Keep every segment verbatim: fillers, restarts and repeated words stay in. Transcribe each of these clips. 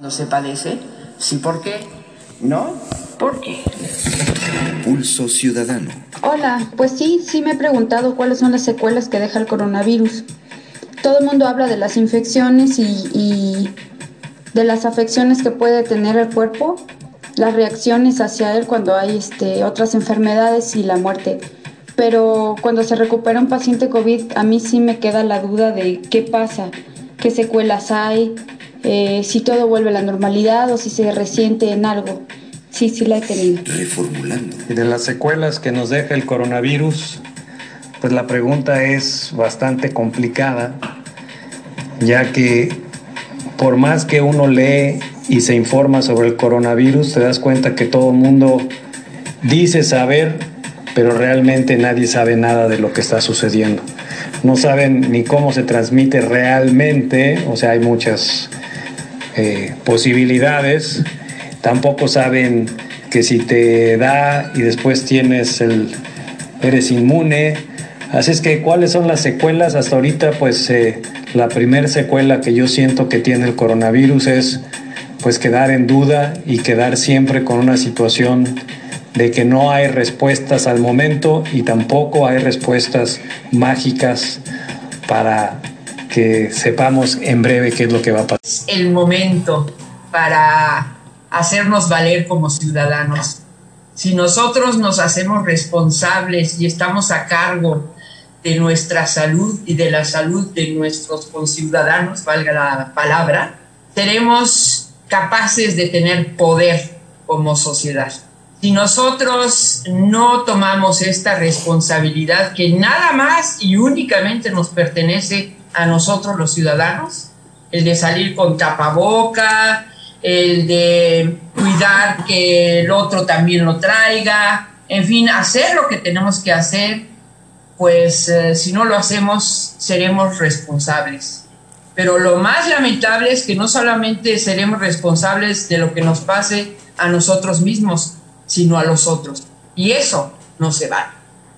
No se padece, sí, ¿por qué? No, ¿por qué? Pulso Ciudadano. Hola, pues sí, sí me he preguntado cuáles son las secuelas que deja el coronavirus. Todo el mundo habla de las infecciones y, y de las afecciones que puede tener el cuerpo, las reacciones hacia él cuando hay este, otras enfermedades y la muerte. Pero cuando se recupera un paciente COVID, a mí sí me queda la duda de qué pasa, qué secuelas hay, eh, si todo vuelve a la normalidad o si se resiente en algo. Sí, sí la he tenido. Reformulando. Y de las secuelas que nos deja el coronavirus, pues la pregunta es bastante complicada, ya que por más que uno lee y se informa sobre el coronavirus, te das cuenta que todo el mundo dice saber, pero realmente nadie sabe nada de lo que está sucediendo. No saben ni cómo se transmite realmente, o sea, hay muchas eh, posibilidades. Tampoco saben que si te da y después tienes el, eres inmune. Así es que, ¿cuáles son las secuelas? Hasta ahorita, pues, eh, la primera secuela que yo siento que tiene el coronavirus es, pues, quedar en duda y quedar siempre con una situación de que no hay respuestas al momento y tampoco hay respuestas mágicas para que sepamos en breve qué es lo que va a pasar. El momento para hacernos valer como ciudadanos. Si nosotros nos hacemos responsables y estamos a cargo de nuestra salud y de la salud de nuestros conciudadanos, valga la palabra, seremos capaces de tener poder como sociedad. Si nosotros no tomamos esta responsabilidad que nada más y únicamente nos pertenece a nosotros los ciudadanos, el de salir con tapaboca, el de cuidar que el otro también lo traiga, en fin, hacer lo que tenemos que hacer, pues eh, si no lo hacemos, seremos responsables. Pero lo más lamentable es que no solamente seremos responsables de lo que nos pase a nosotros mismos, sino a los otros. Y eso no se vale.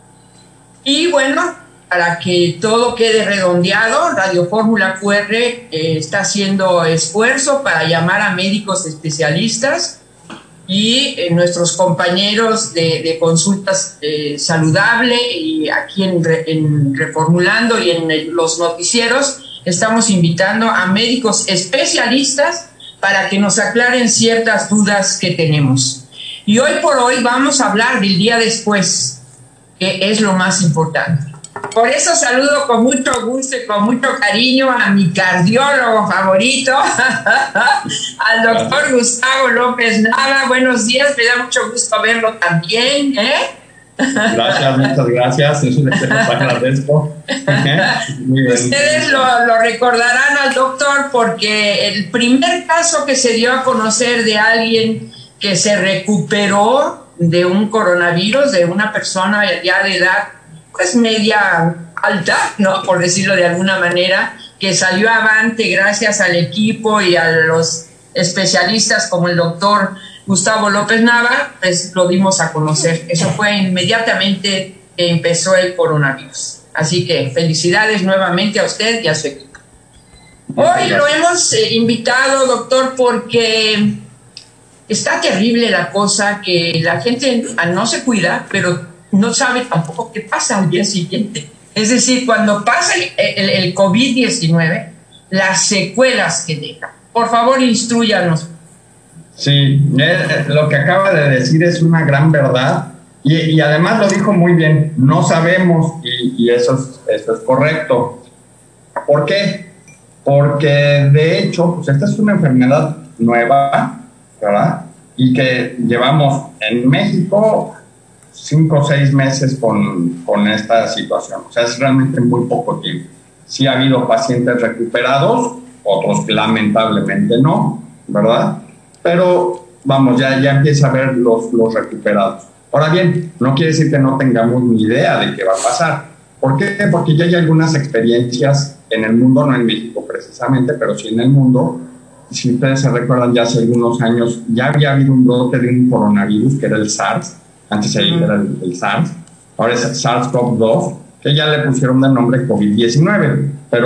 Y bueno, para que todo quede redondeado, Radio Fórmula Q R eh, está haciendo esfuerzo para llamar a médicos especialistas y eh, nuestros compañeros de, de consultas eh, saludable y aquí en, en Reformulando y en el, los noticieros estamos invitando a médicos especialistas para que nos aclaren ciertas dudas que tenemos. Y hoy por hoy vamos a hablar del día después, que es lo más importante. Por eso saludo con mucho gusto y con mucho cariño a mi cardiólogo favorito, al doctor Gustavo López Nava. Buenos días, me da mucho gusto verlo también, ¿eh? Gracias, muchas gracias, eso les agradezco. Ustedes lo, lo recordarán al doctor porque el primer caso que se dio a conocer de alguien que se recuperó de un coronavirus, de una persona ya de edad pues media alta, ¿no? Por decirlo de alguna manera, que salió avante gracias al equipo y a los especialistas como el doctor Gustavo López Nava, pues lo dimos a conocer. Eso fue inmediatamente que empezó el coronavirus. Así que felicidades nuevamente a usted y a su equipo. Hoy lo hemos eh, invitado, doctor, porque está terrible la cosa, que la gente no se cuida, pero no sabe tampoco qué pasa al día siguiente. Es decir, cuando pasa el, el, el COVID diecinueve, las secuelas que deja. Por favor, instrúyanos. Sí, eh, lo que acaba de decir es una gran verdad y, y además lo dijo muy bien. No sabemos y, y eso, es, eso es correcto. ¿Por qué? Porque de hecho, pues esta es una enfermedad nueva, ¿verdad? Y que llevamos en México cinco o seis meses con, con esta situación. O sea, es realmente muy poco tiempo. Sí ha habido pacientes recuperados, otros lamentablemente no, ¿verdad? Pero, vamos, ya, ya empieza a ver los, los recuperados. Ahora bien, no quiere decir que no tengamos ni idea de qué va a pasar. ¿Por qué? Porque ya hay algunas experiencias en el mundo, no en México precisamente, pero sí en el mundo. Si ustedes se recuerdan, ya hace algunos años ya había habido un brote de un coronavirus, que era el SARS. Antes ahí era el, el SARS, ahora es SARS CoV dos, que ya le pusieron de nombre COVID diecinueve, pero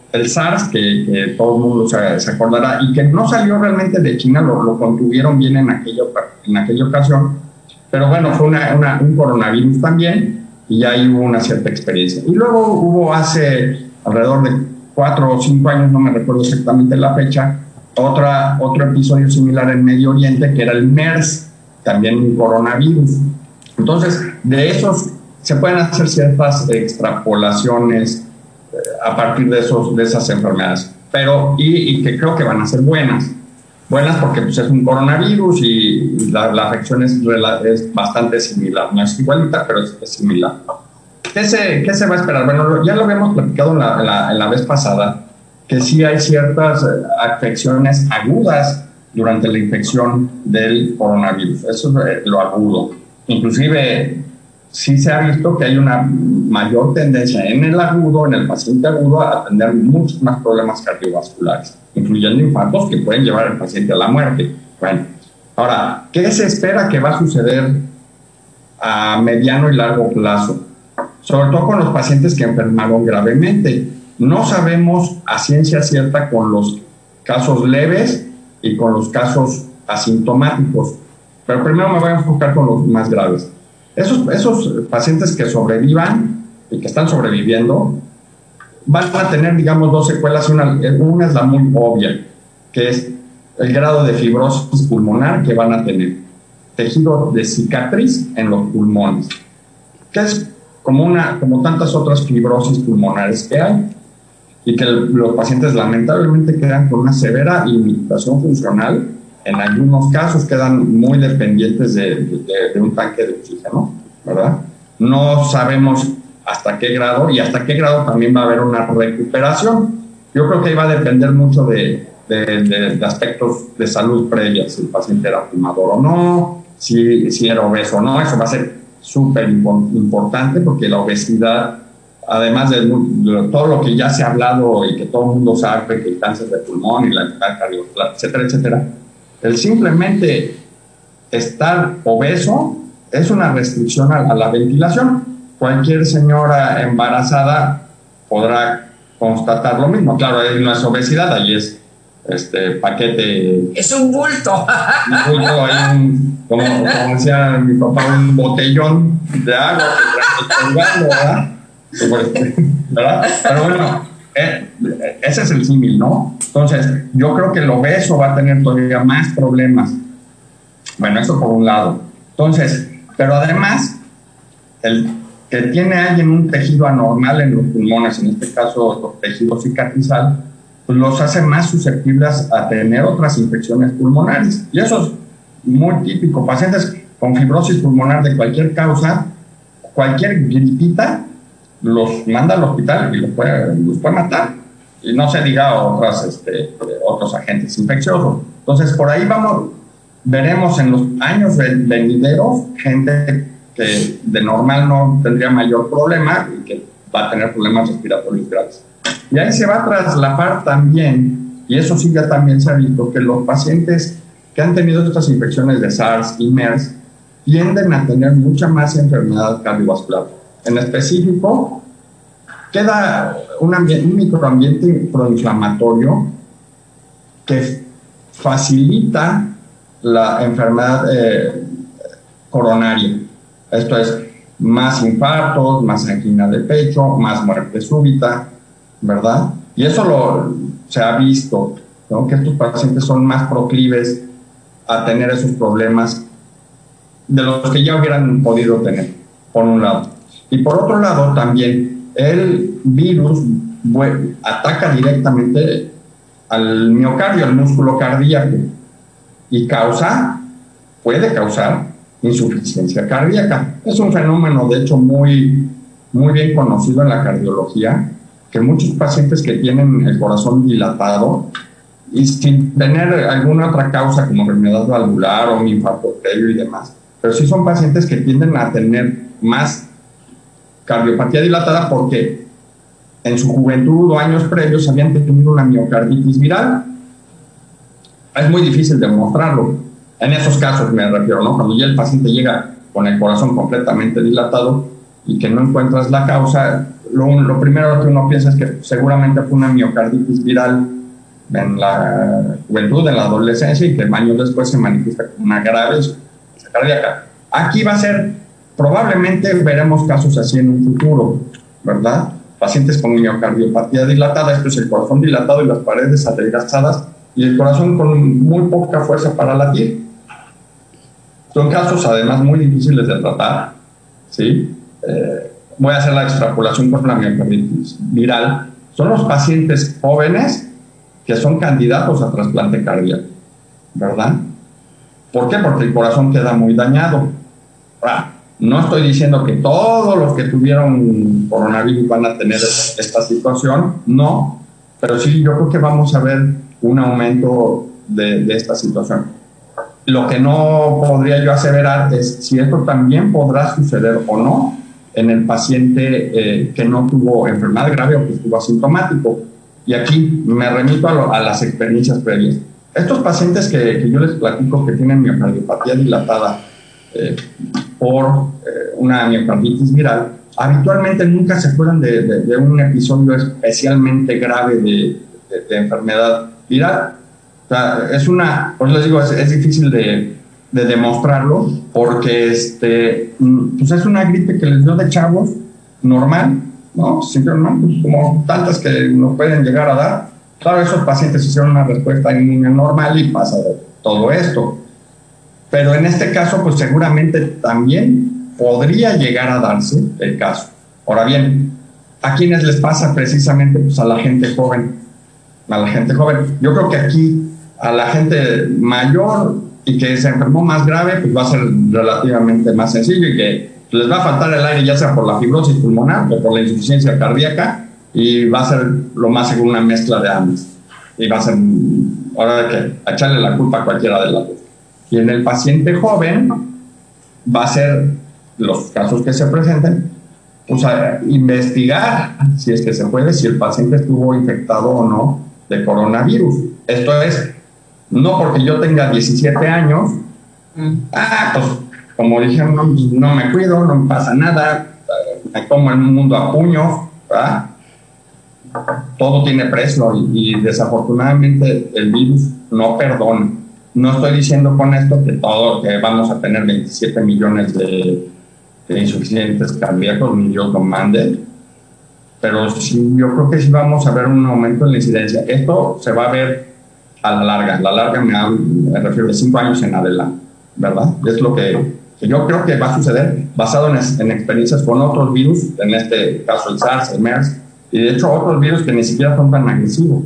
el SARS, que, que todo el mundo se, se acordará, y que no salió realmente de China, lo, lo contuvieron bien en aquella, en aquella ocasión, pero bueno, fue una, una, un coronavirus también, y ahí hubo una cierta experiencia. Y luego hubo hace alrededor de cuatro o cinco años, no me recuerdo exactamente la fecha, otra, otro episodio similar en Medio Oriente, que era el MERS, también un coronavirus. Entonces, de esos se pueden hacer ciertas extrapolaciones eh, a partir de, esos, de esas enfermedades, pero y, y que creo que van a ser buenas. Buenas porque pues, es un coronavirus y la, la afección es, es bastante similar. No es igualita, pero es, es similar. ¿Qué se, ¿Qué se va a esperar? Bueno, ya lo habíamos platicado en la, la, la vez pasada, que sí hay ciertas afecciones agudas durante la infección del coronavirus. Eso es lo agudo. Inclusive, sí se ha visto que hay una mayor tendencia en el agudo, en el paciente agudo, a tener muchos más problemas cardiovasculares, incluyendo infartos que pueden llevar al paciente a la muerte. Bueno, ahora, ¿qué se espera que va a suceder a mediano y largo plazo? Sobre todo con los pacientes que enfermaron gravemente. No sabemos a ciencia cierta con los casos leves y con los casos asintomáticos, pero primero me voy a enfocar con los más graves. Esos, esos pacientes que sobrevivan y que están sobreviviendo van a tener, digamos, dos secuelas. Una, una es la muy obvia, que es el grado de fibrosis pulmonar que van a tener, tejido de cicatriz en los pulmones, que es como, una, como tantas otras fibrosis pulmonares que hay, y que el, los pacientes lamentablemente quedan con una severa limitación funcional. En algunos casos quedan muy dependientes de, de, de un tanque de oxígeno, ¿verdad? No sabemos hasta qué grado y hasta qué grado también va a haber una recuperación. Yo creo que ahí va a depender mucho de, de, de, de aspectos de salud previos, si el paciente era fumador o no, si, si era obeso o no. Eso va a ser súper importante porque la obesidad, además de, de todo lo que ya se ha hablado y que todo el mundo sabe, que el cáncer de pulmón y la enfermedad cardiovascular, etcétera, etcétera, el simplemente estar obeso es una restricción a, a la ventilación. Cualquier señora embarazada podrá constatar lo mismo. Claro, ahí no es obesidad, ahí es este paquete. Es un bulto. Un bulto, hay un, como, como decía mi papá, un botellón de agua que colgando, ¿verdad? ¿verdad? Pero bueno, eh, ese es el símil, ¿no? Entonces, yo creo que el obeso va a tener todavía más problemas. Bueno, eso por un lado. Entonces, pero además, el que tiene alguien un tejido anormal en los pulmones, en este caso el tejido cicatrizal, pues los hace más susceptibles a tener otras infecciones pulmonares. Y eso es muy típico. Pacientes con fibrosis pulmonar de cualquier causa, cualquier gripita, los manda al hospital y los puede, los puede matar. Y no se diga otras, este, otros agentes infecciosos. Entonces, por ahí vamos, veremos en los años venideros gente que de normal no tendría mayor problema y que va a tener problemas respiratorios graves. Y ahí se va a traslapar también, y eso sí ya también se ha visto, que los pacientes que han tenido estas infecciones de SARS y MERS tienden a tener mucha más enfermedad cardiovascular. En específico, queda un, un microambiente proinflamatorio que facilita la enfermedad eh, coronaria. Esto es más infartos, más angina de pecho, más muerte súbita, ¿verdad? Y eso lo, se ha visto, ¿no? Que estos pacientes son más proclives a tener esos problemas de los que ya hubieran podido tener, por un lado. Y por otro lado, también el virus bueno, ataca directamente al miocardio, al músculo cardíaco, y causa, puede causar insuficiencia cardíaca. Es un fenómeno, de hecho, muy, muy bien conocido en la cardiología, que muchos pacientes que tienen el corazón dilatado y sin tener alguna otra causa como enfermedad valvular o un infarto previo y demás, pero sí son pacientes que tienden a tener más cardiopatía dilatada porque en su juventud o años previos habían tenido una miocarditis viral. Es muy difícil demostrarlo. En esos casos me refiero, ¿no? Cuando ya el paciente llega con el corazón completamente dilatado y que no encuentras la causa, lo, lo primero que uno piensa es que seguramente fue una miocarditis viral en la juventud, en la adolescencia, y que años después se manifiesta como una grave insuficiencia cardíaca. Aquí va a ser, probablemente veremos casos así en un futuro, ¿verdad? Pacientes con miocardiopatía dilatada, esto es el corazón dilatado y las paredes adelgazadas, y el corazón con muy poca fuerza para latir. Son casos además muy difíciles de tratar, ¿sí? Eh, voy a hacer la extrapolación con la miocarditis viral. Son los pacientes jóvenes que son candidatos a trasplante cardíaco, ¿verdad? ¿Por qué? Porque el corazón queda muy dañado. Ah, no estoy diciendo que todos los que tuvieron coronavirus van a tener esta situación, no, pero sí yo creo que vamos a ver un aumento de, de esta situación. Lo que no podría yo aseverar es si esto también podrá suceder o no en el paciente eh, que no tuvo enfermedad grave o que estuvo asintomático. Y aquí me remito a, lo, a las experiencias previas. Estos pacientes que, que yo les platico que tienen miocardiopatía dilatada eh, por eh, una miocarditis viral, habitualmente nunca se fueron de, de, de un episodio especialmente grave de, de, de enfermedad viral. O sea, es una, pues les digo, es, es difícil de, de demostrarlo porque este, pues es una gripe que les dio de chavos normal, ¿no? Simplemente pues, como tantas que nos pueden llegar a dar. Claro, esos pacientes hicieron una respuesta inmune normal y pasa todo esto. Pero en este caso, pues seguramente también podría llegar a darse el caso. Ahora bien, ¿a quiénes les pasa precisamente? Pues a la gente joven. A la gente joven. Yo creo que aquí a la gente mayor y que se enfermó más grave, pues va a ser relativamente más sencillo y que les va a faltar el aire ya sea por la fibrosis pulmonar o por la insuficiencia cardíaca y va a ser lo más seguro una mezcla de ambas. Y va a ser, ahora que echarle la culpa a cualquiera de las dos. Y en el paciente joven va a ser los casos que se presenten, pues a investigar si es que se puede, si el paciente estuvo infectado o no de coronavirus. Esto es, no porque yo tenga diecisiete años, ah, pues como dije, no, no me cuido, no me pasa nada, me como el mundo a puños, ¿verdad? Todo tiene precio y, y desafortunadamente el virus no perdona. No estoy diciendo con esto que todo, que vamos a tener veintisiete millones de, de insuficientes cardíacos, ni Dios lo mande, pero sí, yo creo que sí vamos a ver un aumento en la incidencia. Esto se va a ver a la larga, a la larga me, me refiero a cinco años en adelante, ¿verdad? Es lo que, que yo creo que va a suceder basado en, en experiencias con otros virus, en este caso el SARS, el MERS, y de hecho otros virus que ni siquiera son tan agresivos.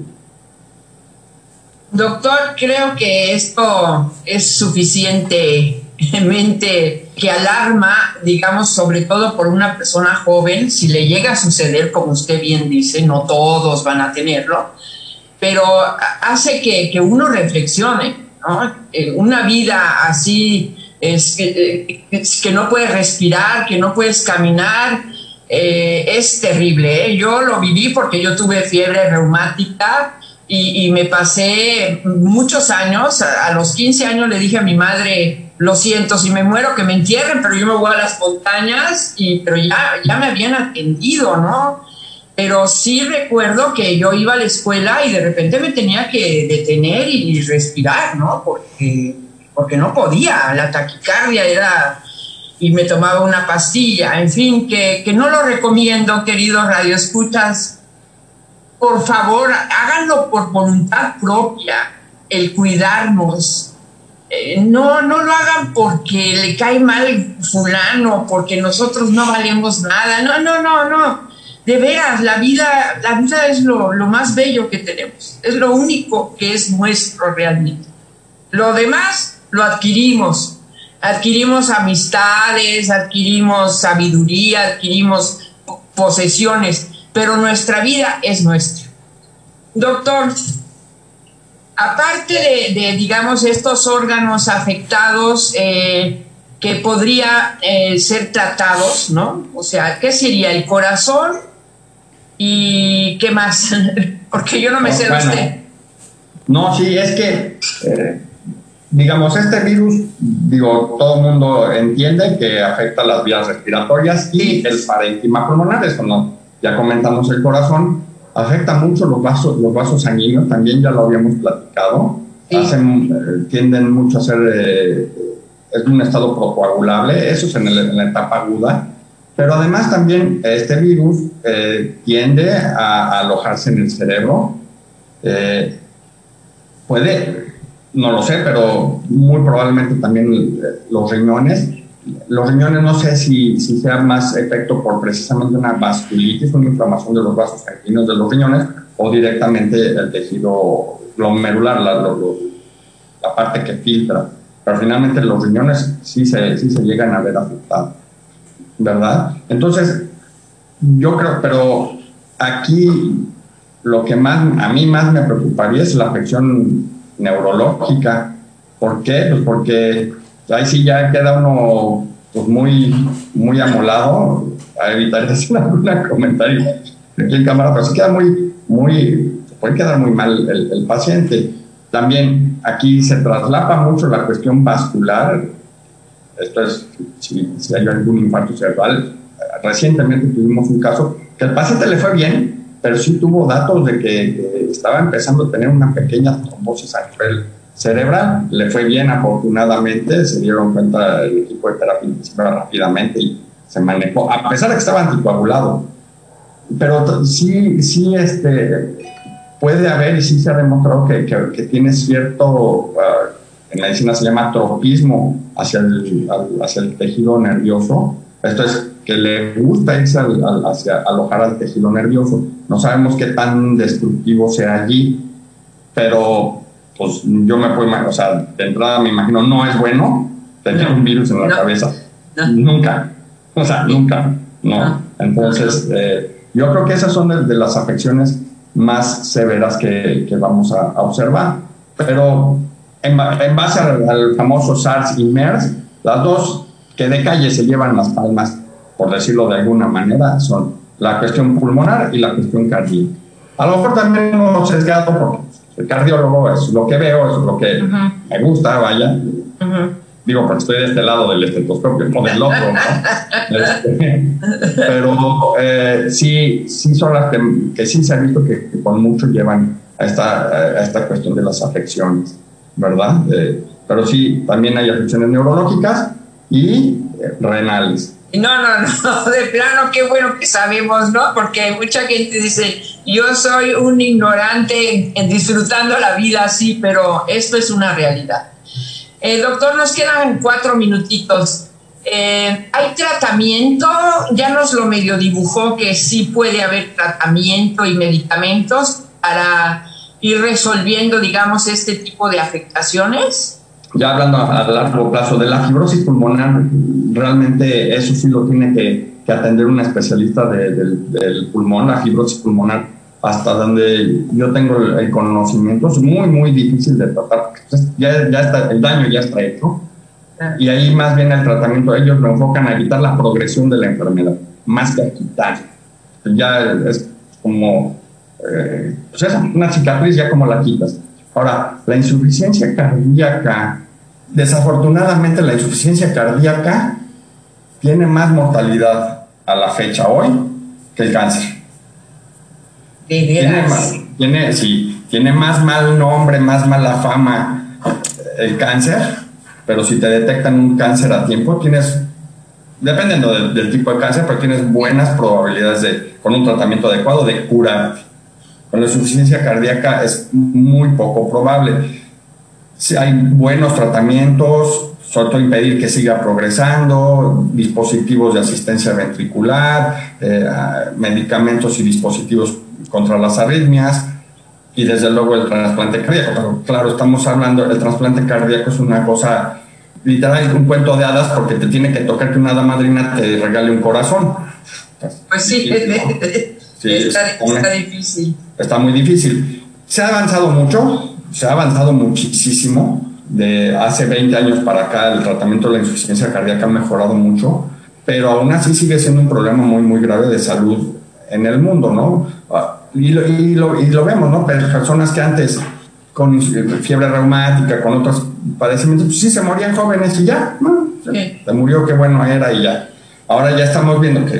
Doctor, creo que esto es suficientemente que alarma, digamos, sobre todo por una persona joven, si le llega a suceder, como usted bien dice, no todos van a tenerlo, pero hace que, que uno reflexione, ¿no? Una vida así es que, es que no puedes respirar, que no puedes caminar, eh, es terrible, ¿eh? Yo lo viví porque yo tuve fiebre reumática y, y me pasé muchos años, a, a los quince años le dije a mi madre, lo siento, si me muero que me entierren, pero yo me voy a las montañas, y, pero ya, ya me habían atendido, ¿no? Pero sí recuerdo que yo iba a la escuela y de repente me tenía que detener y respirar, ¿no? Porque, porque no podía, la taquicardia era... y me tomaba una pastilla, en fin, que, que no lo recomiendo, queridos radioescuchas. Por favor, háganlo por voluntad propia, el cuidarnos. Eh, no, no lo hagan porque le cae mal fulano, porque nosotros no valemos nada. No, no, no, no. De veras, la vida, la vida es lo, lo más bello que tenemos. Es lo único que es nuestro realmente. Lo demás lo adquirimos. Adquirimos amistades, adquirimos sabiduría, adquirimos posesiones, pero nuestra vida es nuestra. Doctor, aparte de, de digamos, estos órganos afectados eh, que podría eh, ser tratados, ¿no? O sea, ¿qué sería? ¿El corazón? ¿Y qué más? Porque yo no me no, sé bueno, usted. No, sí, es que... Eh, digamos, este virus, digo, todo el mundo entiende que afecta las vías respiratorias y el parénquima pulmonar, eso no, ya comentamos el corazón, afecta mucho los vasos, los vasos sanguíneos, también ya lo habíamos platicado, sí. Hacen, eh, tienden mucho a ser, eh, es un estado procoagulable, eso es en, el, en la etapa aguda, pero además también este virus eh, tiende a, a alojarse en el cerebro, eh, puede, no lo sé, pero muy probablemente también los riñones. Los riñones no sé si, si sea más efecto por precisamente una vasculitis, una inflamación de los vasos sanguíneos de los riñones, o directamente el tejido glomerular, la, la, la parte que filtra. Pero finalmente los riñones sí se, sí se llegan a ver afectados, ¿verdad? Entonces, yo creo, pero aquí lo que más, a mí más me preocuparía es la afección neurológica. ¿Por qué? Pues porque ahí sí ya queda uno pues muy, muy amolado, a evitar hacer algún comentario aquí en cámara, pero se queda muy, muy, se puede quedar muy mal el, el paciente. También aquí se traslapa mucho la cuestión vascular. Esto es, si, si hay algún infarto cerebral. Recientemente tuvimos un caso que el paciente le fue bien, pero sí tuvo datos de que, que estaba empezando a tener una pequeña trombosis a nivel cerebral. Le fue bien, afortunadamente, se dieron cuenta el equipo de terapia intensiva rápidamente y se manejó, a pesar de que estaba anticoagulado. Pero sí, sí este, puede haber, y sí se ha demostrado que, que, que tiene cierto, uh, en medicina se llama tropismo hacia el, al, hacia el tejido nervioso. Esto es que le gusta irse al, al, hacia alojar al tejido nervioso. No sabemos qué tan destructivo sea allí, pero pues yo me puedo imaginar, o sea, de entrada me imagino, no es bueno tener no. un virus en la no. cabeza. No. Nunca. O sea, nunca. No. no. Entonces, eh, yo creo que esas son de, de las afecciones más severas que, que vamos a, a observar. Pero en, en base al, al famoso SARS y MERS, las dos que de calle se llevan las palmas, por decirlo de alguna manera, son la cuestión pulmonar y la cuestión cardíaca. A lo mejor también hemos sesgado porque el cardiólogo es lo que veo, es lo que uh-huh. me gusta, vaya. Uh-huh. Digo, porque estoy de este lado del estetoscopio, no del otro, ¿no? este, pero eh, sí, sí son las que, que sí se ha visto que, que con mucho llevan a esta, a esta cuestión de las afecciones, ¿verdad? Eh, pero sí, también hay afecciones neurológicas y eh, renales. No, no, no, de plano, qué bueno que sabemos, ¿no? Porque mucha gente dice, yo soy un ignorante disfrutando la vida así, pero esto es una realidad. Eh, doctor, nos quedan cuatro minutitos. Eh, ¿Hay tratamiento? Ya nos lo medio dibujó que sí puede haber tratamiento y medicamentos para ir resolviendo, digamos, este tipo de afectaciones. Ya hablando a, a largo plazo de la fibrosis pulmonar, realmente eso sí lo tiene que, que atender un especialista de, de, del pulmón, la fibrosis pulmonar, hasta donde yo tengo el, el conocimiento, es muy, muy difícil de tratar, porque ya, ya está, el daño ya está hecho, y ahí más bien el tratamiento, ellos lo enfocan a evitar la progresión de la enfermedad, más que a quitar. Ya es como, eh, pues es una cicatriz, ya como la quitas. Ahora, la insuficiencia cardíaca, desafortunadamente la insuficiencia cardíaca tiene más mortalidad a la fecha hoy que el cáncer. Tiene más, tiene, sí, tiene más mal nombre, más mala fama el cáncer, pero si te detectan un cáncer a tiempo, tienes, dependiendo de, del tipo de cáncer, pero tienes buenas probabilidades de, con un tratamiento adecuado, de curarte. Con la insuficiencia cardíaca es muy poco probable. Si hay buenos tratamientos, sobre todo impedir que siga progresando, dispositivos de asistencia ventricular, eh, medicamentos y dispositivos contra las arritmias, y desde luego el trasplante cardíaco. Pero claro, estamos hablando, el trasplante cardíaco es una cosa, literal, un cuento de hadas, porque te tiene que tocar que una hada madrina te regale un corazón. Pues sí, sí está, está difícil. Está muy difícil. Se ha avanzado mucho, se ha avanzado muchísimo. De hace veinte años para acá el tratamiento de la insuficiencia cardíaca ha mejorado mucho, pero aún así sigue siendo un problema muy, muy grave de salud en el mundo, ¿no? Y lo, y lo, y lo vemos, ¿no? Personas que antes con fiebre reumática, con otros padecimientos, pues sí se morían jóvenes y ya, ¿no? Se, se murió, qué bueno era y ya. Ahora ya estamos viendo que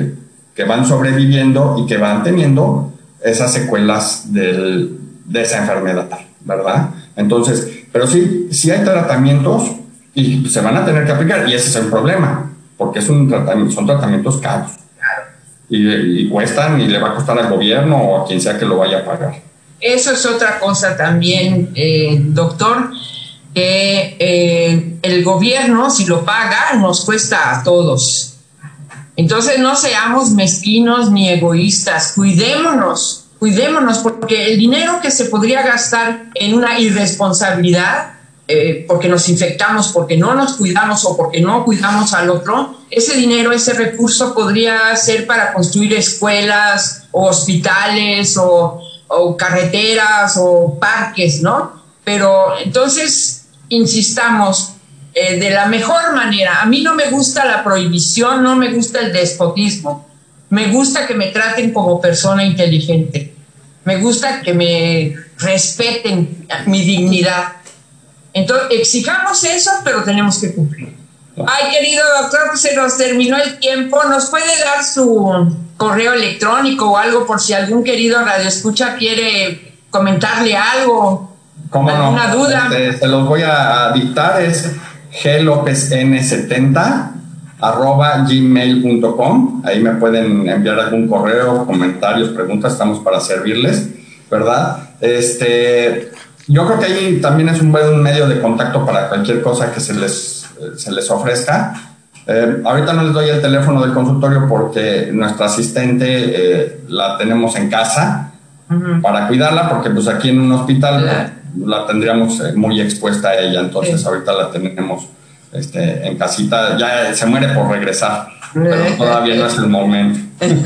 que van sobreviviendo y que van teniendo esas secuelas del, de esa enfermedad, ¿verdad? Entonces, pero sí, sí hay tratamientos y se van a tener que aplicar, y ese es el problema, porque es un tratamiento, son tratamientos caros. Y, y cuestan, y le va a costar al gobierno o a quien sea que lo vaya a pagar. Eso es otra cosa también, eh, doctor, que eh, el gobierno, si lo paga, nos cuesta a todos. Entonces no seamos mezquinos ni egoístas, cuidémonos, cuidémonos, porque el dinero que se podría gastar en una irresponsabilidad, eh, porque nos infectamos, porque no nos cuidamos o porque no cuidamos al otro, ese dinero, ese recurso podría ser para construir escuelas o hospitales o, o carreteras o parques, ¿no? Pero entonces, insistamos, eh, de la mejor manera. A mí no me gusta la prohibición, no me gusta el despotismo. Me gusta que me traten como persona inteligente. Me gusta que me respeten mi dignidad. Entonces, exijamos eso, pero tenemos que cumplir. Ay, querido doctor, pues se nos terminó el tiempo. ¿Nos puede dar su correo electrónico o algo por si algún querido radioescucha quiere comentarle algo? ¿Cómo ¿Alguna no? duda? Este, se los voy a dictar, es glopezn setenta arroba gmail punto com. Ahí me pueden enviar algún correo, comentarios, preguntas, estamos para servirles, ¿verdad? Este, yo creo que ahí también es un buen medio de contacto para cualquier cosa que se les, se les ofrezca. Eh, ahorita no les doy el teléfono del consultorio porque nuestra asistente eh, la tenemos en casa uh-huh. para cuidarla, porque pues aquí en un hospital uh-huh. la tendríamos eh, muy expuesta a ella, entonces sí. ahorita la tenemos este, en casita, ya se muere por regresar, pero todavía no es el momento.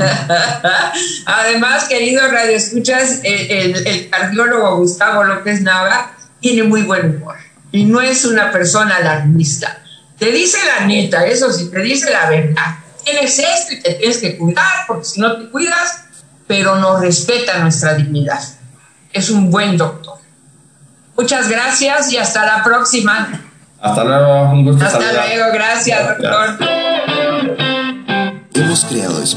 Además, queridos radioescuchas, el, el, el cardiólogo Gustavo López Nava tiene muy buen humor y no es una persona alarmista. Te dice la neta, eso sí, te dice la verdad. Tienes esto y te tienes que cuidar, porque si no te cuidas, pero nos respeta nuestra dignidad. Es un buen doctor. Muchas gracias y hasta la próxima. Hasta luego, un gusto Hasta saludar. luego, gracias, doctor. Hemos creado